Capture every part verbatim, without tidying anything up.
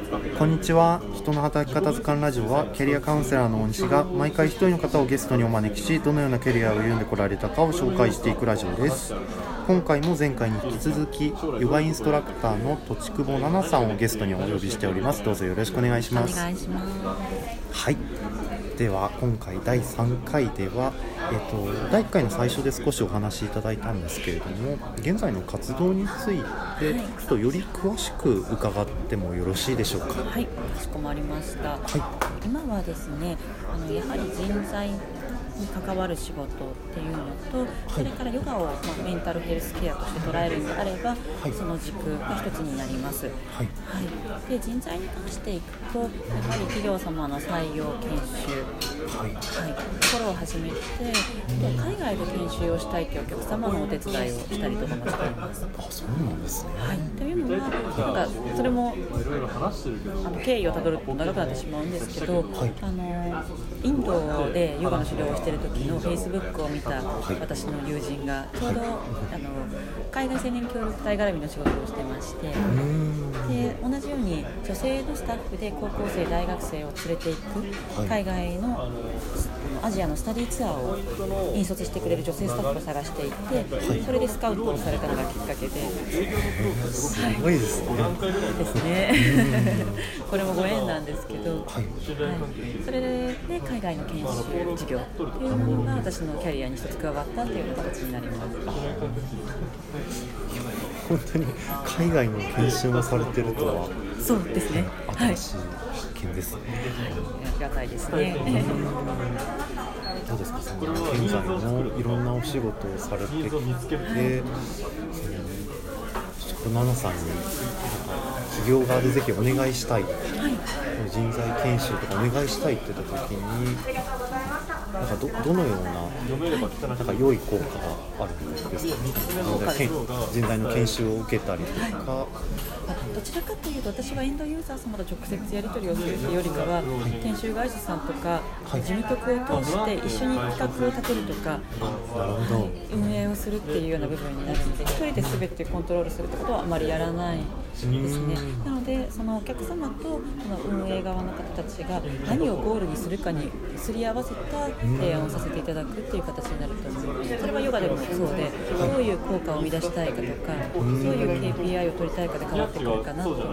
こんにちは。人の働き方図鑑ラジオはキャリアカウンセラーの大西が毎回一人の方をゲストにお招きし、どのようなキャリアを歩んでこられたかを紹介していくラジオです。今回も前回に引き続きヨガインストラクターのとちくぼ奈々さんをゲストにお呼びしております。どうぞよろしくお願いします。 お願いします。 はい、では今回だいさんかいでは、えっと、だいいっかいの最初で少しお話しいただいたんですけれども、現在の活動について、はい、ちょっとより詳しく伺ってもよろしいでしょうか。 はい、かしこまりました。はい、今はですね、あのやはり人材に関わる仕事っていうのと、それからヨガを、まあ、メンタルヘルスケアとして捉えるのであれば、はい、その軸が一つになります。はいはい、で人材に関していくと、やはり企業様の採用研修、はいはい、ところを始めて、海外で研修をしたいというお客様のお手伝いをしたりとかもしています。 あ、そうなんですね。 はい、というのはなんかそれもあの経緯をたどると長くなってしまうんですけど、はい、あのインドでヨガの指導をしている時の Facebook を見た私の友人がちょうど、はい、あの海外青年協力隊絡みの仕事をしてまして、で同じように女性のスタッフで高校生大学生を連れていく海外のアジアのスタディツアーを引率してくれる女性スタッフを探していて、はい、それでスカウトをされたのがきっかけで、 すごいですね。 ですねこれもご縁なんですけど、はいはい、それで海外の研修事業というものが私のキャリアに一つ加わったという形になります。 本当に海外の研修をされてるとは、 そうですね、 新しい発見ですね。 ありがたいですねどうですか、その現在のいろんなお仕事をされてきて、その奈々さんに企業側でぜひお願いしたい、はい、人材研修とかお願いしたいって言った時に、なんか ど, どのような、なんか良い効果があるんですか。人材の研修を受けたりとか、はい、 どちらかというと私はエンドユーザー様と直接やり取りをするというよりかは、はい、研修会社さんとか、はい、事務局を通して一緒に企画を立てるとか、はい、運営をするっていうような部分になるので、一人で全てコントロールするってことはあまりやらないですね。なのでそのお客様とその運営側の方たちが何をゴールにするかにすり合わせた提案をさせていただくっていう形になると思います。それはヨガでもそうで、どういう効果を生み出したいかとか、どういう ケーピーアイ を取りたいかで変わってくるかなと思います。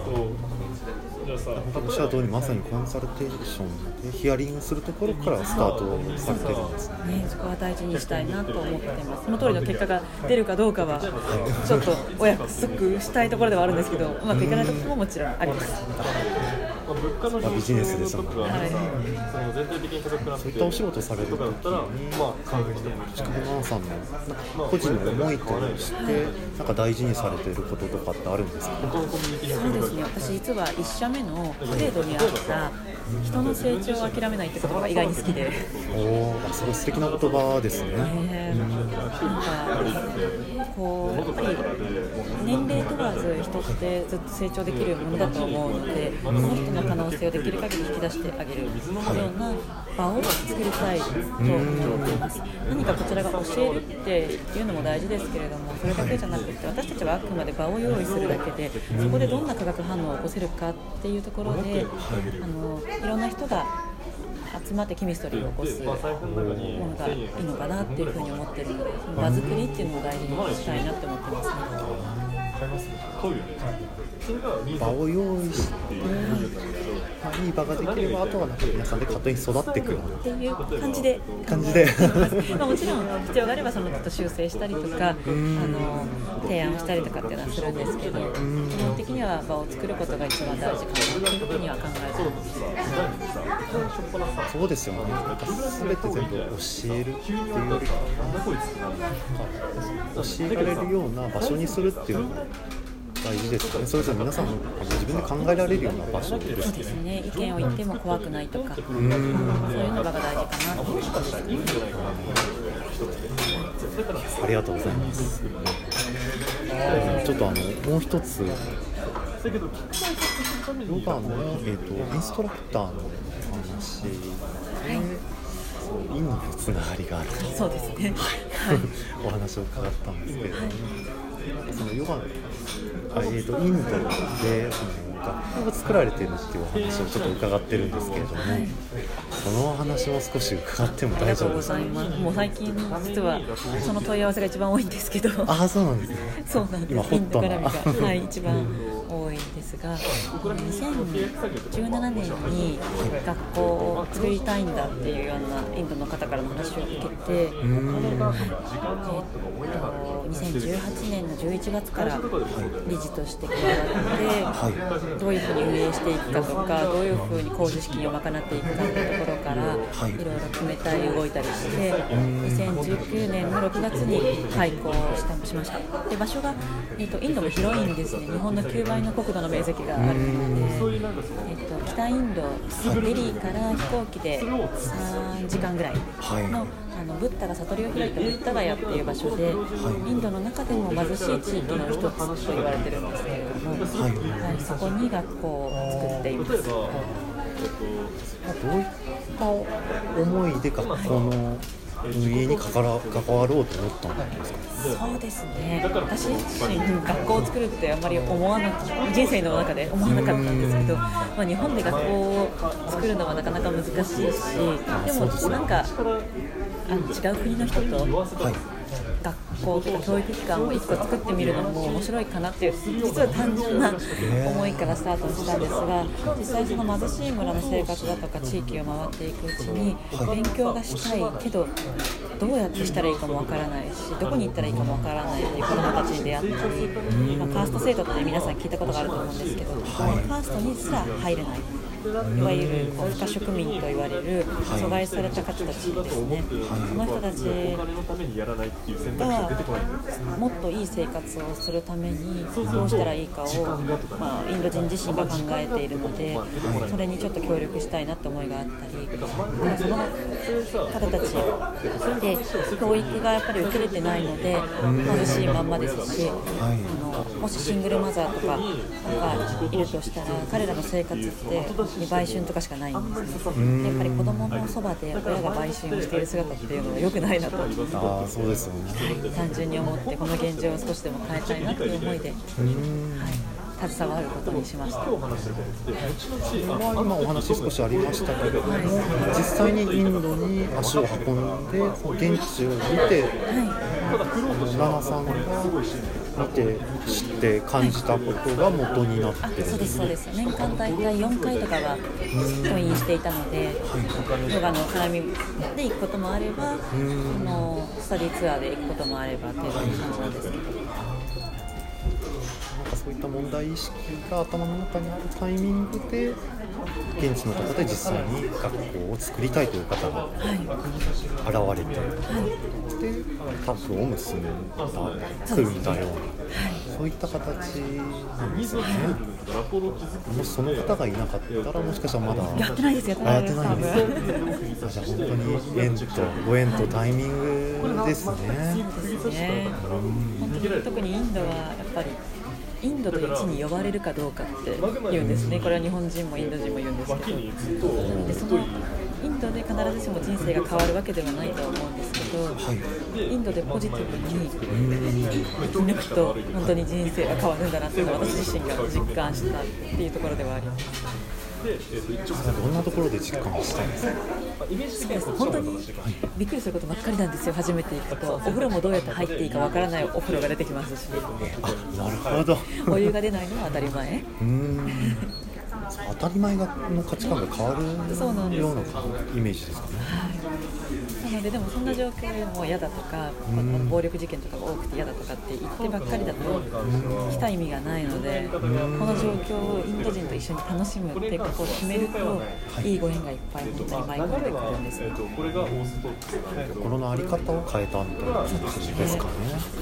私はどうにまさにコンサルテーションでヒアリングするところからスタートされてるんですね。 ね、そこは大事にしたいなと思っています。その通りの結果が出るかどうかはちょっとお約束したいところではあるんですけど、うまくいかないところももちろんあります。 まあ、ビジネスですもんね。はい、そういったお仕事されるときに、しかも奈々さんの個人の思いとして、なんか大事にされていることとかってあるんですか。 そうですね、私実はいっ社目の制度にあった人の成長を諦めないって言葉が意外に好きで、 おー、すごい素敵な言葉ですね。 えー、なんかこうやっぱり年齢問わず人ってずっと成長できるものだと思うので、その人の可能性をできる限り引き出してあげるような場を作りたいと思っています。何かこちらが教えるっていうのも大事ですけれども、それだけじゃなくて私たちはあくまで場を用意するだけで、そこでどんな化学反応を起こせるかっていうところで、あのいろんな人が集まってケミストリーを起こすものがいいのかなっていうふうに思っているので、その場作りっていうのを大事にしたいなって思ってますね。 場を用意して、うん、いい場ができれば、あとはなんか皆さんで勝手に育っていくっていう感じで感じでまあもちろん必要があればそのちょっと修正したりとか、あの提案をしたりとかっていうのはするんですけど、基本的には場を作ることが一番大事かなというふうには考えています。 そうですよね。全て全部教えるっていうよりかは、教えられるような場所にするっていうのが大事ですよね。それぞれ皆さんの自分で考えられるような場所ですね。 そうですね。意見を言っても怖くないとか、うん、そういうのが大事かなと思います。 ありがとうございます。ちょっとあのもう一つ、ヨガの、えーと、インストラクターの話で、はい、インドのつながりがある。 そうですね。はい、 お話を伺ったんですけれども、はい、そのヨガの、えーと、インドでその学校を作られているっていうお話をちょっと伺ってるんですけれども、はい、そのお話も少し伺っても大丈夫ですか？ ありがとうございます。もう最近実はその問い合わせが一番多いんですけどああ、そうなんですね。 そうなんです。 今ホットなインド絡みが、はい、一番多いんですが、にせんじゅうななねんに学校を作りたいんだっていうようなインドの方からの話を受けて、えー、とにせんじゅうはちねんのじゅういちがつから理事として加わって、どういうふうに運営していくかとか、どういうふうに工事資金を賄っていくかというところからいろいろ決めたり動いたりして、にせんじゅうきゅうねんのろくがつに開校したしました。で場所が、えー、とインドも広いんですね。日本のきゅうばいの国土の面積があるので、えー、と北インド、デリーから飛行機でさんじかんぐらいの、はいあのブッダが悟りを開いたブッダガヤっていう場所で、インドの中でも貧しい地域の一つと言われてるんですけれども、はいはい、そこに学校を作っています。どういった思いで学校の運営に関わろうと思ったんですか？ そうですね、私自身学校を作るってあんまり思わなく人生の中で思わなかったんですけど、まあ、日本で学校を作るのはなかなか難しいし、でもなんかあの違う国の人と、はい、学校とか教育機関をいっこ作ってみるのも面白いかなっていう、実は単純な思いからスタートしたんですが、実際その貧しい村の生活だとか地域を回っていくうちに、勉強がしたいけどどうやってしたらいいかもわからないし、どこに行ったらいいかもわからないっていう子どもたちに出会ったり、まあ、カースト制度って皆さん聞いたことがあると思うんですけど、カーストにすら入れない、いわゆるこう不可植民と言われる阻害された方たちですね。その人たちがもっといい生活をするためにどうしたらいいかを、まあ、インド人自身が考えているので、それにちょっと協力したいなって思いがあったり、その方たちで教育がやっぱり受けれてないので貧しいまんまですし、あのもしシングルマザーとかがいるとしたら、彼らの生活って売春とかしかないんですね。やっぱり子供のそばで親が売春をしている姿っていうのは良くないなと、 ああ、そうですよね、 はい、単純に思って、この現状を少しでも変えたいなという思いで、はい、携わることにしました。 今お話少しありましたけれども、はい、実際にインドに足を運んで現地を見て、はい、ナナさんが見て知って感じたことが元になってる。 そうですそうです。年間大体よんかいとかは登院していたので、ヨガの絡みで行くこともあれば、あのスタディツアーで行くこともあればっていう感じなんですけど、 そういった問題意識が頭の中にあるタイミングで現地の方で実際に学校を作りたいという方が現れて、はい、でタッグを結んだ組んだような、はい、そういった形なんですよね。もしその方がいなかったら、もしかしたらまだやってないですやってないです多分。 じゃあ本当に縁とご縁とタイミングですね。 そうですね、本当に特にインドはやっぱりインドと一に呼ばれるかどうかって言うんですね。これは日本人もインド人も言うんですけど、なのでそのインドで必ずしも人生が変わるわけではないと思うんですけど、はい、インドでポジティブに生き抜くと本当に人生が変わるんだなっていうのを私自身が実感したっていうところではあります。 どんなところで実感したんですか？ そうです。本当にびっくりすることばっかりなんですよ。初めて行くとお風呂もどうやって入っていいかわからないお風呂が出てきますし、 あ、なるほど。 お湯が出ないのは当たり前。 うーん当たり前の価値観が変わるようなイメージですかね。 はい、なのででもそんな状況でも嫌だとか、暴力事件とかが多くて嫌だとかって言ってばっかりだと来た意味がないので、この状況をインド人と一緒に楽しむっていうことを決めると、いいご縁がいっぱい本当に舞い込んでくるんですね。 心の在り方を変えたみたいな感じですかね。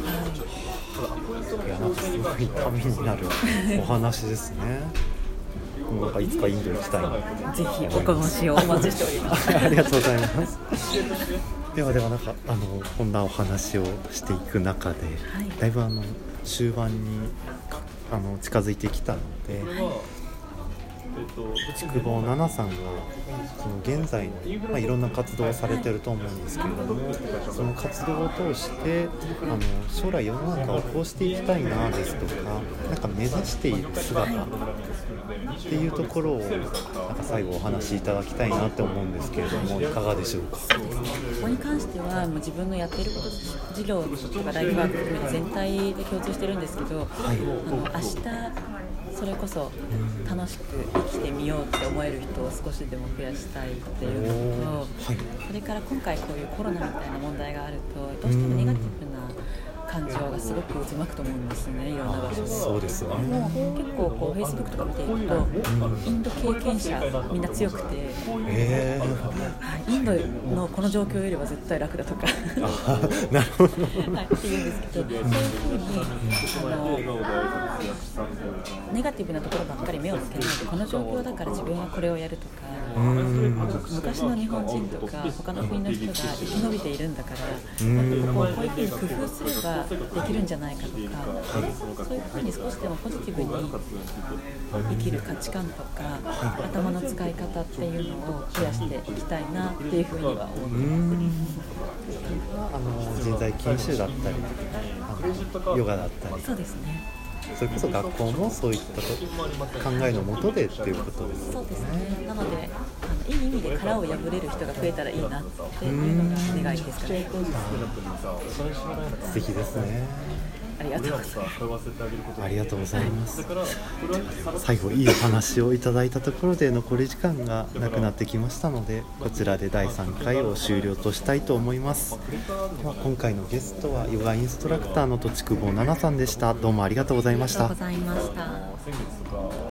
いや、なんかすごいためになるお話ですね。なんかいつかインド行きたいな。 ぜひおこがましいをお待ちしております。 ありがとうございます。ではではなんかあのこんなお話をしていく中で、はい、だいぶあの終盤にあの近づいてきたので、はい、 筑保奈々さんがその現在の、まあ、いろんな活動をされてると思うんですけれども、その活動を通してあの将来世の中をこうしていきたいなですとか、なんか目指している姿っていうところをなんか最後お話しいただきたいなって思うんですけれども、いかがでしょうか。 ここに関してはもう自分のやっていること事業とかライフワーク含めて全体で共通してるんですけど、はい、あの明日それこそ楽しく生きてみようって思える人を少しでも増やしたいっていうのと、はい、それから今回こういうコロナみたいな問題があるとどうしてもネガティブな感情がすごく渦巻くと思うんですね、いろんな場所で。 そうですね。 もう結構こう Facebook とか見ていると、インド経験者みんな強くて、 えー、インドのこの状況よりは絶対楽だとかなるほど、 はい、って言うんですけど、そういうふうにあのネガティブなところばっかり目をつけないで、この状況だから自分はこれをやるとか、昔の日本人とか他の国の人が生き延びているんだから、ここをこういうふうに工夫すればできるんじゃないかとか、そういうふうに少しでもポジティブに生きる価値観とか頭の使い方っていうのを増やしていきたいなっていうふうには思っています。 あの人材研修だったりあのヨガだったり、 そうですね、 それこそ学校もそういった考えのもとでっていうことですね。 そうですね。なのであのいい意味で殻を破れる人が増えたらいいなっていうのが願いですかね。 素敵ですね。 ありがとうございます。 ありがとうございます。最後いいお話をいただいたところで残り時間がなくなってきましたので、こちらでだいさんかいを終了としたいと思います。では今回のゲストはヨガインストラクターのとちくぼ奈々さんでした。どうもありがとうございました。 ありがとうございました。